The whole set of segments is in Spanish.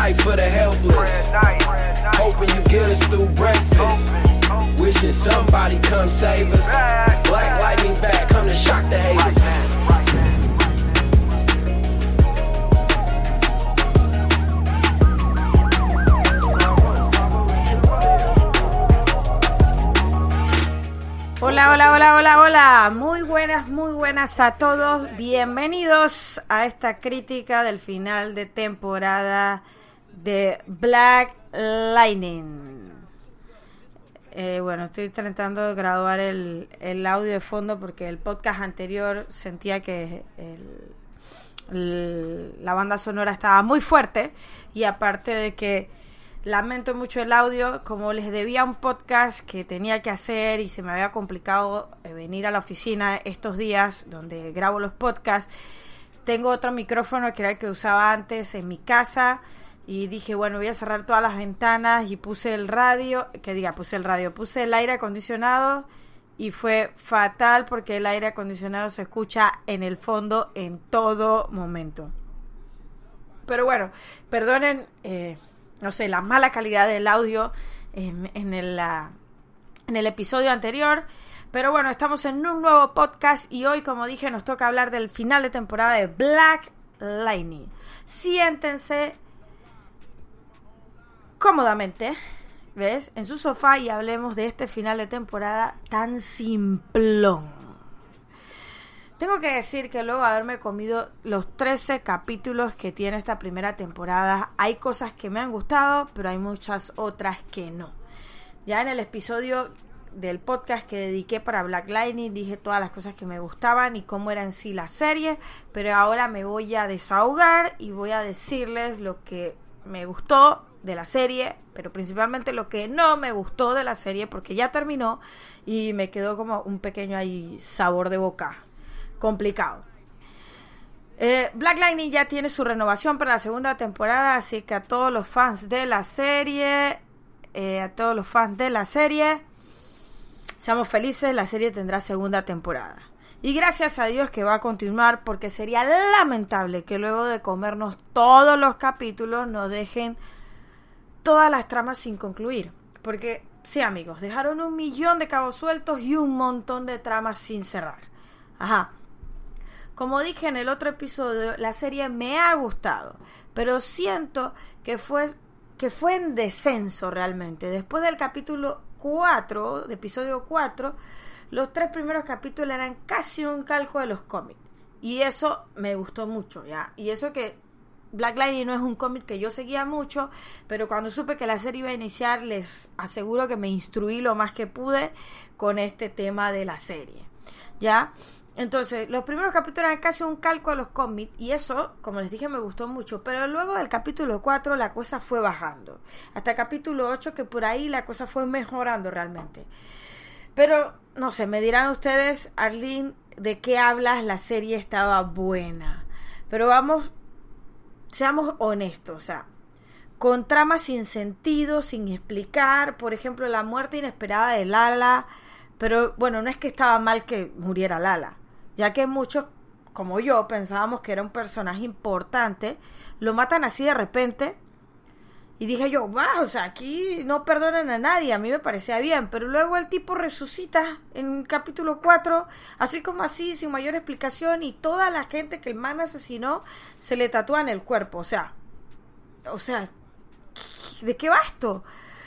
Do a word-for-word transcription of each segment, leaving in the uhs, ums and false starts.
night for the helpless. Hoping you get us through breakfast. Wishing somebody come save us. Black lightning's back, come to shock the haters. Hola, hola, hola, hola, hola. Muy buenas, muy buenas a todos. Bienvenidos a esta crítica del final de temporada de Black Lightning. Eh, bueno, estoy tratando de graduar el, el audio de fondo porque el podcast anterior sentía que el, el, la banda sonora estaba muy fuerte y aparte de que lamento mucho el audio, como les debía un podcast que tenía que hacer y se me había complicado venir a la oficina estos días donde grabo los podcasts. Tengo otro micrófono que era el que usaba antes en mi casa y dije, bueno, voy a cerrar todas las ventanas y puse el radio, que diga, puse el radio, puse el aire acondicionado y fue fatal porque el aire acondicionado se escucha en el fondo en todo momento. Pero bueno, perdonen... Eh, no sé, la mala calidad del audio en, en, el, uh, en el episodio anterior. Pero bueno, estamos en un nuevo podcast y hoy, como dije, nos toca hablar del final de temporada de Black Lightning. Siéntense cómodamente, ¿ves? En su sofá y hablemos de este final de temporada tan simplón. Tengo que decir que luego de haberme comido los trece capítulos que tiene esta primera temporada, hay cosas que me han gustado, pero hay muchas otras que no. Ya en el episodio del podcast que dediqué para Black Lightning dije todas las cosas que me gustaban y cómo era en sí la serie, pero ahora me voy a desahogar y voy a decirles lo que me gustó de la serie, pero principalmente lo que no me gustó de la serie porque ya terminó y me quedó como un pequeño ahí sabor de boca. Complicado. Eh, Black Lightning ya tiene su renovación para la segunda temporada, así que a todos los fans de la serie, eh, a todos los fans de la serie, seamos felices, la serie tendrá segunda temporada. Y gracias a Dios que va a continuar, porque sería lamentable que luego de comernos todos los capítulos nos dejen todas las tramas sin concluir. Porque, sí amigos, dejaron un millón de cabos sueltos y un montón de tramas sin cerrar. Ajá. Como dije en el otro episodio, la serie me ha gustado, pero siento que fue, que fue en descenso realmente. Después del capítulo cuatro, de episodio cuatro, los tres primeros capítulos eran casi un calco de los cómics. Y eso me gustó mucho, ¿ya? Y eso que Black Lightning no es un cómic que yo seguía mucho, pero cuando supe que la serie iba a iniciar, les aseguro que me instruí lo más que pude con este tema de la serie, ¿ya? Entonces, los primeros capítulos eran casi un calco a los cómics y eso, como les dije, me gustó mucho. Pero luego del capítulo cuatro la cosa fue bajando. Hasta el capítulo ocho que por ahí la cosa fue mejorando realmente. Pero, no sé, me dirán ustedes, Arlene, ¿de qué hablas? La serie estaba buena. Pero vamos, seamos honestos, o sea, con tramas sin sentido, sin explicar. Por ejemplo, la muerte inesperada de Lala. Pero, bueno, no es que estaba mal que muriera Lala, ya que muchos, como yo, pensábamos que era un personaje importante, lo matan así de repente, y dije yo, wow, o sea, aquí no perdonan a nadie, a mí me parecía bien, pero luego el tipo resucita en el capítulo cuatro, así como así, sin mayor explicación, y toda la gente que el man asesinó se le tatúa en el cuerpo, o sea, o sea, ¿de qué va esto?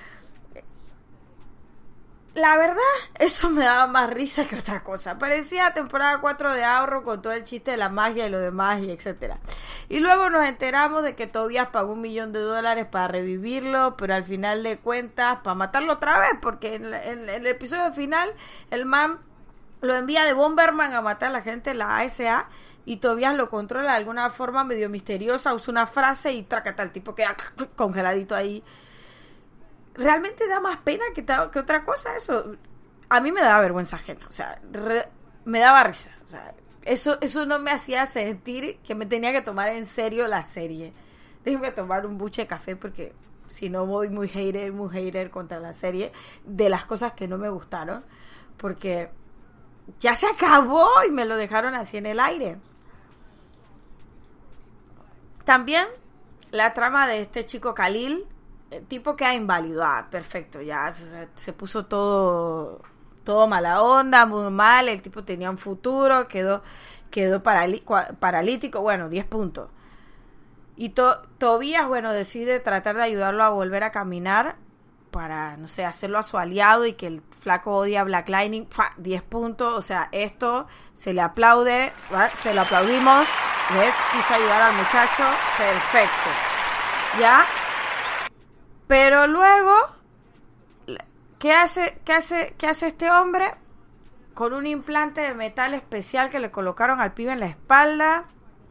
La verdad, eso me daba más risa que otra cosa. Parecía temporada cuatro de Arrow con todo el chiste de la magia y lo demás y etcétera. Y luego nos enteramos de que Tobias pagó un millón de dólares para revivirlo, pero al final de cuentas, para matarlo otra vez, porque en, en, en el episodio final, el man lo envía de Bomberman a matar a la gente de la A S A y Tobias lo controla de alguna forma medio misteriosa, usa una frase y tracata, el tipo queda congeladito ahí. Realmente da más pena que, ta- que otra cosa eso. A mí me daba vergüenza ajena, o sea, re- me daba risa, o sea, eso, eso no me hacía sentir que me tenía que tomar en serio la serie. Déjenme tomar un buche de café porque si no voy muy hater, muy hater contra la serie, de las cosas que no me gustaron, porque ya se acabó y me lo dejaron así en el aire. También la trama de este chico Khalil, el tipo queda inválido. Ah, perfecto, ya se, se puso todo todo mala onda, muy mal, el tipo tenía un futuro, quedó quedó parali- paralítico, bueno, diez puntos. Y to- Tobías, bueno, decide tratar de ayudarlo a volver a caminar para, no sé, hacerlo a su aliado y que el flaco odia a Black Lightning. ¡Fua! diez puntos, o sea, esto se le aplaude, ¿vale? Se lo aplaudimos, ¿ves? Quiso ayudar al muchacho, perfecto, ¿ya? Pero luego, ¿qué hace, qué hace, qué hace este hombre? Con un implante de metal especial que le colocaron al pibe en la espalda.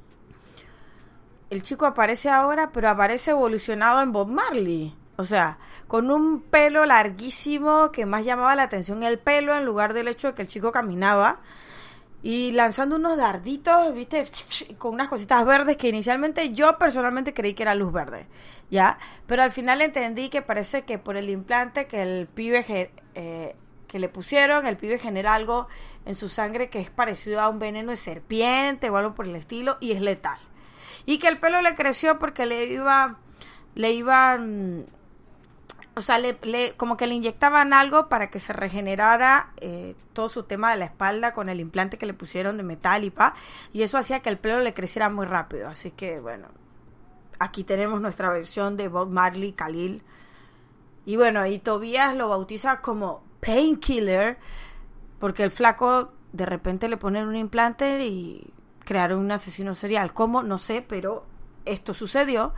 El chico aparece ahora, pero aparece evolucionado en Bob Marley. O sea, con un pelo larguísimo que más llamaba la atención el pelo en lugar del hecho de que el chico caminaba. Y lanzando unos darditos, ¿viste? Con unas cositas verdes que inicialmente yo personalmente creí que era luz verde, ¿ya? Pero al final entendí que parece que por el implante que el pibe eh, que le pusieron, el pibe genera algo en su sangre que es parecido a un veneno de serpiente o algo por el estilo y es letal. Y que el pelo le creció porque le iba, le iban, o sea, le, le, como que le inyectaban algo para que se regenerara eh, todo su tema de la espalda con el implante que le pusieron de metal y pa, y eso hacía que el pelo le creciera muy rápido. Así que, bueno, aquí tenemos nuestra versión de Bob Marley, Khalil. Y bueno, y Tobías lo bautiza como Painkiller porque el flaco de repente le ponen un implante y crearon un asesino serial. ¿Cómo? No sé, pero esto sucedió.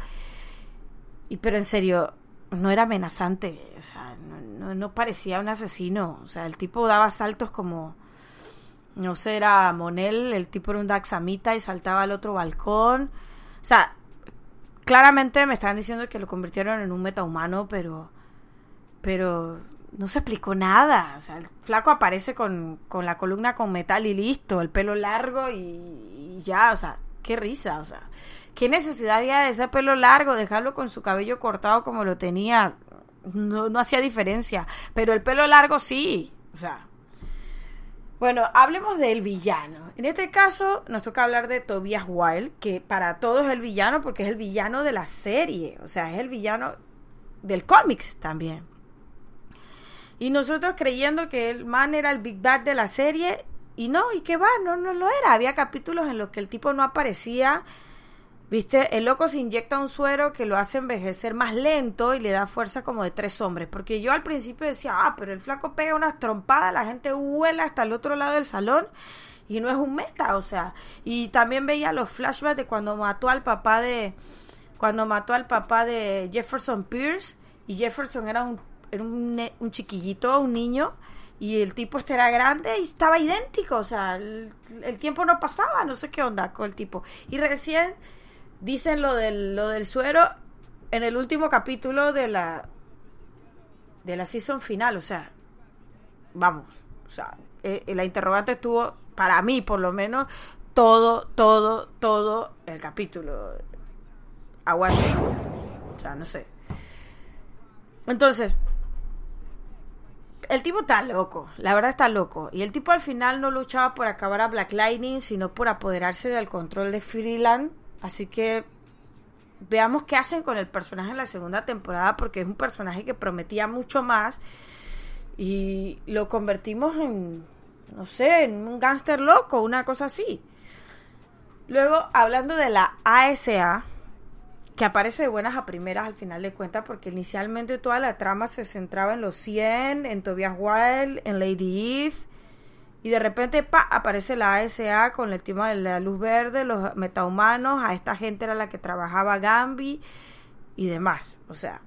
Y pero en serio, no era amenazante, o sea, no, no, no parecía un asesino. O sea, el tipo daba saltos como, no sé, era Monel, el tipo era un daxamita y saltaba al otro balcón. O sea, claramente me estaban diciendo que lo convirtieron en un metahumano, pero pero no se explicó nada. O sea, el flaco aparece con, con la columna con metal y listo, el pelo largo y, y ya, o sea, qué risa, o sea, qué necesidad había de ese pelo largo, dejarlo con su cabello cortado como lo tenía, no, no hacía diferencia, pero el pelo largo sí, o sea. Bueno, hablemos del villano. En este caso nos toca hablar de Tobias Wilde, que para todos es el villano porque es el villano de la serie, o sea, es el villano del cómics también. Y nosotros creyendo que el man era el Big Bad de la serie, y no, y que va, no, no lo era. Había capítulos en los que el tipo no aparecía, ¿viste? El loco se inyecta un suero que lo hace envejecer más lento y le da fuerza como de tres hombres. Porque yo al principio decía, ah, pero el flaco pega unas trompadas, la gente vuela hasta el otro lado del salón y no es un meta, o sea. Y también veía los flashbacks de cuando mató al papá de, cuando mató al papá de Jefferson Pierce, y Jefferson era un era un, un chiquillito, un niño, y el tipo este era grande y estaba idéntico, o sea, el, el tiempo no pasaba, no sé qué onda con el tipo. Y recién dicen lo del, lo del suero en el último capítulo de la de la season final, o sea, vamos, o sea, eh, la interrogante estuvo, para mí por lo menos, todo, todo, todo el capítulo. Aguante. O sea, no sé. Entonces, el tipo está loco, la verdad está loco. Y el tipo al final no luchaba por acabar a Black Lightning, sino por apoderarse del control de Freeland. Así que veamos qué hacen con el personaje en la segunda temporada, porque es un personaje que prometía mucho más. Y lo convertimos en, no sé, en un gángster loco, una cosa así. Luego, hablando de la A S A, que aparece de buenas a primeras al final de cuentas, porque inicialmente toda la trama se centraba en los cien, en Tobias Wilde, en Lady Eve, y de repente pa aparece la A S A con el tema de la luz verde, los metahumanos. A esta gente era la que trabajaba Gambi y demás. O sea,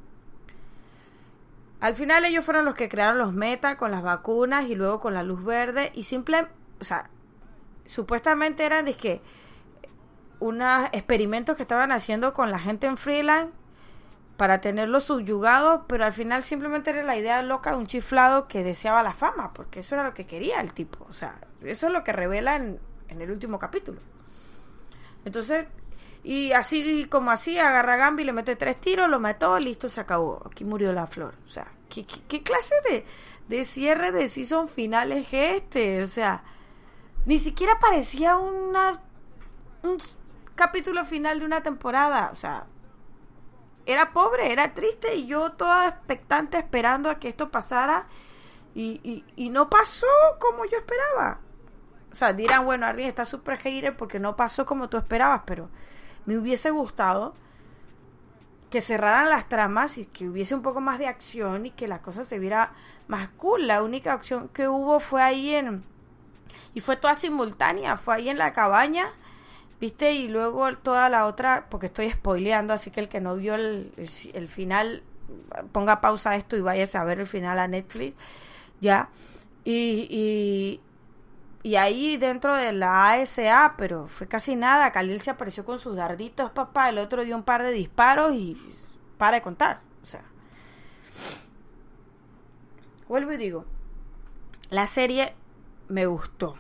al final ellos fueron los que crearon los meta con las vacunas y luego con la luz verde, y simple, o sea, supuestamente eran de que unos experimentos que estaban haciendo con la gente en Freeland para tenerlos subyugados, pero al final simplemente era la idea loca de un chiflado que deseaba la fama, porque eso era lo que quería el tipo. O sea, eso es lo que revela en, en el último capítulo. Entonces, y así como así, agarra a Gambi, le mete tres tiros, lo mató, listo, se acabó. Aquí murió la flor. O sea, ¿qué, qué, qué clase de, de cierre de season final es este? O sea, ni siquiera parecía una un capítulo final de una temporada. O sea, era pobre, era triste y yo toda expectante esperando a que esto pasara y, y, y no pasó como yo esperaba. O sea, dirán, bueno, Arlene está súper hater porque no pasó como tú esperabas, pero me hubiese gustado que cerraran las tramas y que hubiese un poco más de acción y que la cosa se viera más cool. La única acción que hubo fue ahí en... y fue toda simultánea, fue ahí en la cabaña, ¿viste? Y luego toda la otra, porque estoy spoileando, así que el que no vio el, el, el final, ponga pausa a esto y váyase a ver el final a Netflix, ya. Y, y, y ahí dentro de la A S A, pero fue casi nada, Khalil se apareció con sus darditos, papá, el otro dio un par de disparos y para de contar, o sea. Vuelvo y digo, la serie me gustó.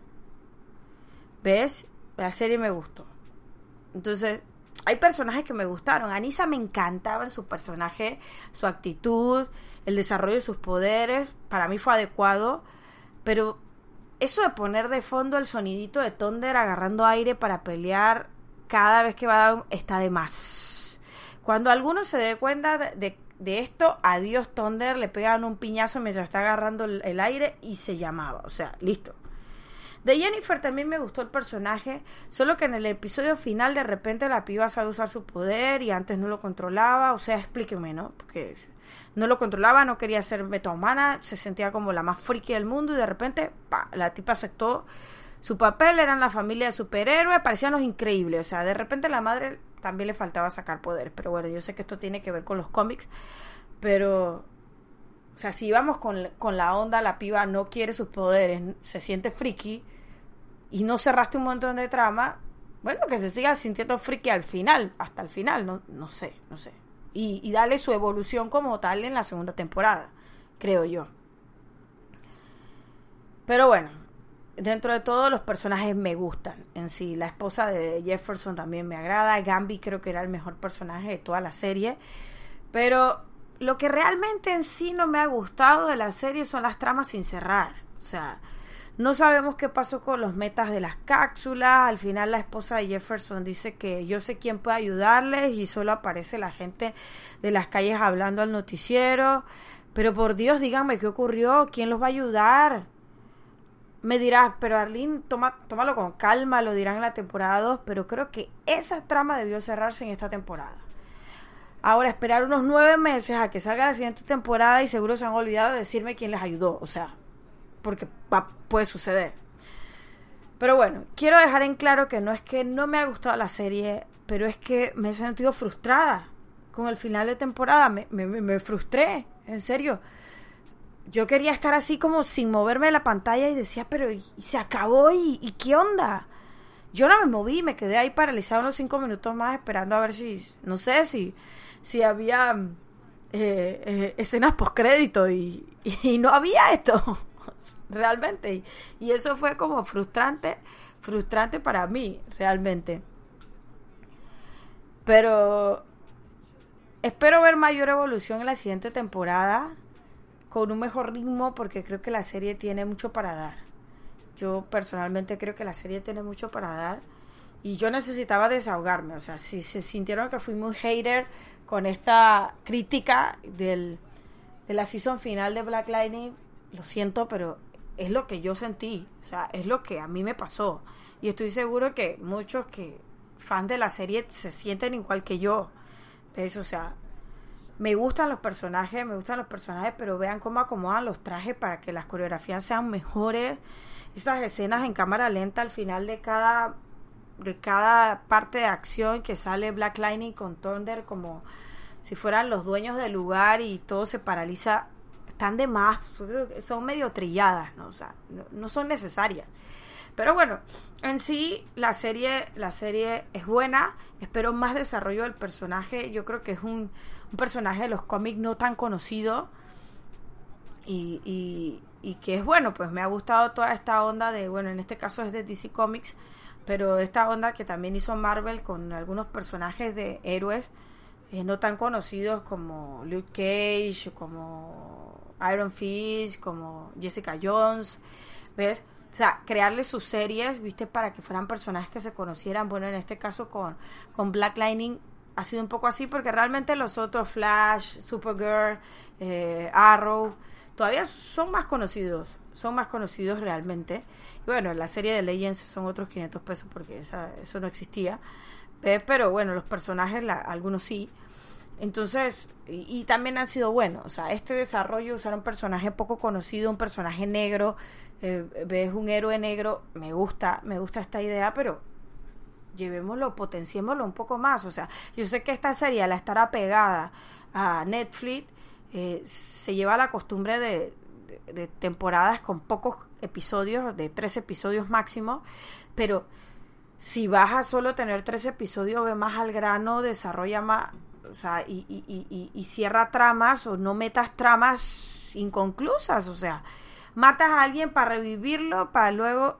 ¿Ves? La serie me gustó. Entonces, hay personajes que me gustaron. Anissa me encantaba en su personaje, su actitud, el desarrollo de sus poderes. Para mí fue adecuado. Pero eso de poner de fondo el sonidito de Thunder agarrando aire para pelear cada vez que va a dar, está de más. Cuando alguno se dé cuenta de, de, de esto, adiós Thunder, le pegan un piñazo mientras está agarrando el, el aire y se llamaba. O sea, listo. De Jennifer también me gustó el personaje, solo que en el episodio final de repente la piba sabe usar su poder y antes no lo controlaba, o sea, explíqueme, ¿no? Porque no lo controlaba, no quería ser metahumana, se sentía como la más friki del mundo y de repente, pa, la tipa aceptó su papel, eran la familia de superhéroes, parecían los increíbles, o sea, de repente la madre también le faltaba sacar poder, pero bueno, yo sé que esto tiene que ver con los cómics, pero... O sea, si íbamos con, con la onda, la piba no quiere sus poderes, se siente friki y no cerraste un montón de trama, bueno, que se siga sintiendo friki al final, hasta el final, no, no sé, no sé. Y, y darle su evolución como tal en la segunda temporada, creo yo. Pero bueno, dentro de todo los personajes me gustan en sí. La esposa de Jefferson también me agrada, Gambi creo que era el mejor personaje de toda la serie, pero... Lo que realmente en sí no me ha gustado de la serie son las tramas sin cerrar. O sea, no sabemos qué pasó con los metas de las cápsulas. Al final la esposa de Jefferson dice que yo sé quién puede ayudarles y solo aparece la gente de las calles hablando al noticiero. Pero por Dios, díganme qué ocurrió, quién los va a ayudar. Me dirás, pero Arlene, toma, tómalo con calma, lo dirán en la temporada dos, pero creo que esa trama debió cerrarse en esta temporada. Ahora, esperar unos nueve meses a que salga la siguiente temporada y seguro se han olvidado de decirme quién les ayudó. O sea, porque va, puede suceder. Pero bueno, quiero dejar en claro que no es que no me ha gustado la serie, pero es que me he sentido frustrada con el final de temporada. Me, me, me frustré, en serio. Yo quería estar así como sin moverme de la pantalla y decía, pero y, y se acabó y, y ¿qué onda? Yo no me moví, me quedé ahí paralizado unos cinco minutos más esperando a ver si, no sé, si... si había eh, eh, escenas postcrédito y, y, y no había esto realmente y, y eso fue como frustrante frustrante para mí realmente, pero espero ver mayor evolución en la siguiente temporada con un mejor ritmo porque creo que la serie tiene mucho para dar. Yo personalmente creo que la serie tiene mucho para dar y yo necesitaba desahogarme. O sea, si se sintieron que fui muy hater con esta crítica del, de la season final de Black Lightning, lo siento, pero es lo que yo sentí, o sea, es lo que a mí me pasó, y estoy seguro que muchos que fans de la serie se sienten igual que yo, ¿ves? O sea, me gustan los personajes, me gustan los personajes, pero vean cómo acomodan los trajes para que las coreografías sean mejores, esas escenas en cámara lenta al final de cada... de cada parte de acción que sale Black Lightning con Thunder como si fueran los dueños del lugar y todo se paraliza, están de más, son medio trilladas, ¿no? O sea, no, no son necesarias. Pero bueno, en sí la serie la serie es buena, espero más desarrollo del personaje, yo creo que es un, un personaje de los cómics no tan conocido y, y, y que es bueno, pues me ha gustado toda esta onda de, bueno, en este caso es de D C Comics, pero esta onda que también hizo Marvel con algunos personajes de héroes eh, no tan conocidos como Luke Cage, como Iron Fist, como Jessica Jones, ¿ves? O sea, crearle sus series, ¿viste? Para que fueran personajes que se conocieran. Bueno, en este caso con, con Black Lightning ha sido un poco así porque realmente los otros, Flash, Supergirl, eh, Arrow, todavía son más conocidos, son más conocidos realmente. Y bueno, la serie de Legends son otros quinientos pesos porque esa, eso no existía. Eh, pero bueno, los personajes, la, algunos sí. Entonces, y, y también han sido buenos. O sea, este desarrollo, usar un personaje poco conocido, un personaje negro, eh, ves un héroe negro, me gusta, me gusta esta idea, pero llevémoslo, potenciémoslo un poco más. O sea, yo sé que esta serie, al estar apegada a Netflix, eh, se lleva la costumbre de, de, de temporadas con pocos episodios, de tres episodios máximo, pero si vas a solo tener tres episodios, ve más al grano, desarrolla más, o sea, y, y, y, y cierra tramas, o no metas tramas inconclusas. O sea, matas a alguien para revivirlo, para luego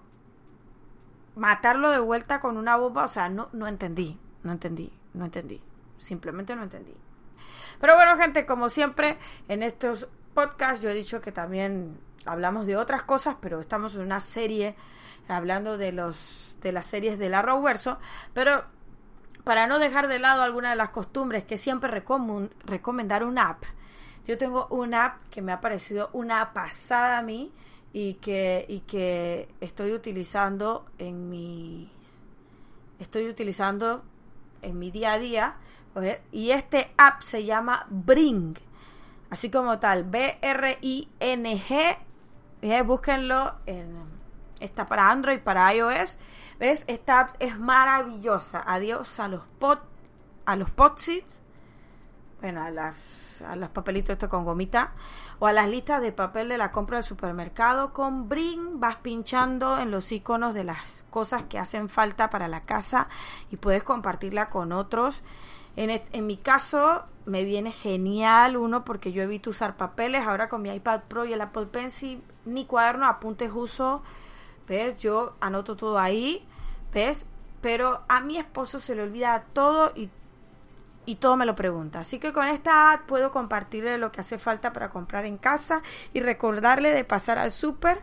matarlo de vuelta con una bomba. O sea, no, no entendí, no entendí, no entendí, simplemente no entendí. Pero bueno, gente, como siempre en estos podcasts yo he dicho que también hablamos de otras cosas, pero estamos en una serie hablando de los de las series del Arrowverso, pero para no dejar de lado alguna de las costumbres, que siempre recom- recomendar una app. Yo tengo una app que me ha parecido una pasada a mí y que y que estoy utilizando en mi estoy utilizando en mi día a día, ¿okay? Y este app se llama Bring, así como tal, B R I N G. ¿eh? Búsquenlo en Está para Android, para iOS. ¿Ves? Esta app es maravillosa. Adiós a los pot, a los potsits. Bueno, a, las, a los papelitos estos con gomita. O a las listas de papel de la compra del supermercado. Con Bring vas pinchando en los iconos de las cosas que hacen falta para la casa y puedes compartirla con otros. En, en mi caso me viene genial uno porque yo evito usar papeles. Ahora con mi iPad Pro y el Apple Pencil, ni cuaderno, apuntes uso. ¿Ves? Yo anoto todo ahí, ¿ves? Pero a mi esposo se le olvida todo y, y todo me lo pregunta. Así que con esta app puedo compartirle lo que hace falta para comprar en casa y recordarle de pasar al súper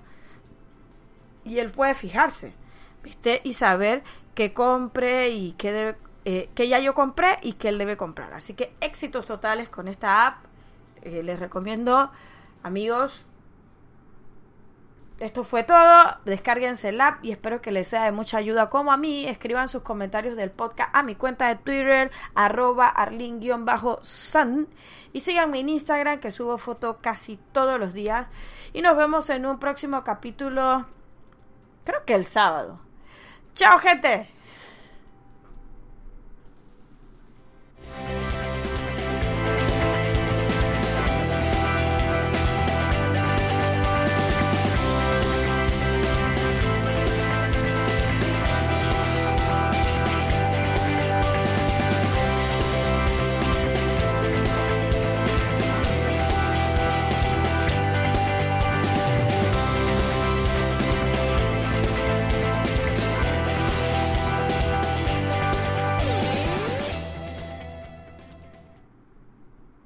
y él puede fijarse, ¿viste? Y saber qué compre y qué debe, eh, que ya yo compré y que él debe comprar. Así que éxitos totales con esta app. Eh, les recomiendo, amigos. Esto fue todo, descárguense el app y espero que les sea de mucha ayuda como a mí. Escriban sus comentarios del podcast a mi cuenta de Twitter, arroba arlin-sun, y síganme en Instagram que subo fotos casi todos los días. Y nos vemos en un próximo capítulo, creo que el sábado. ¡Chao, gente!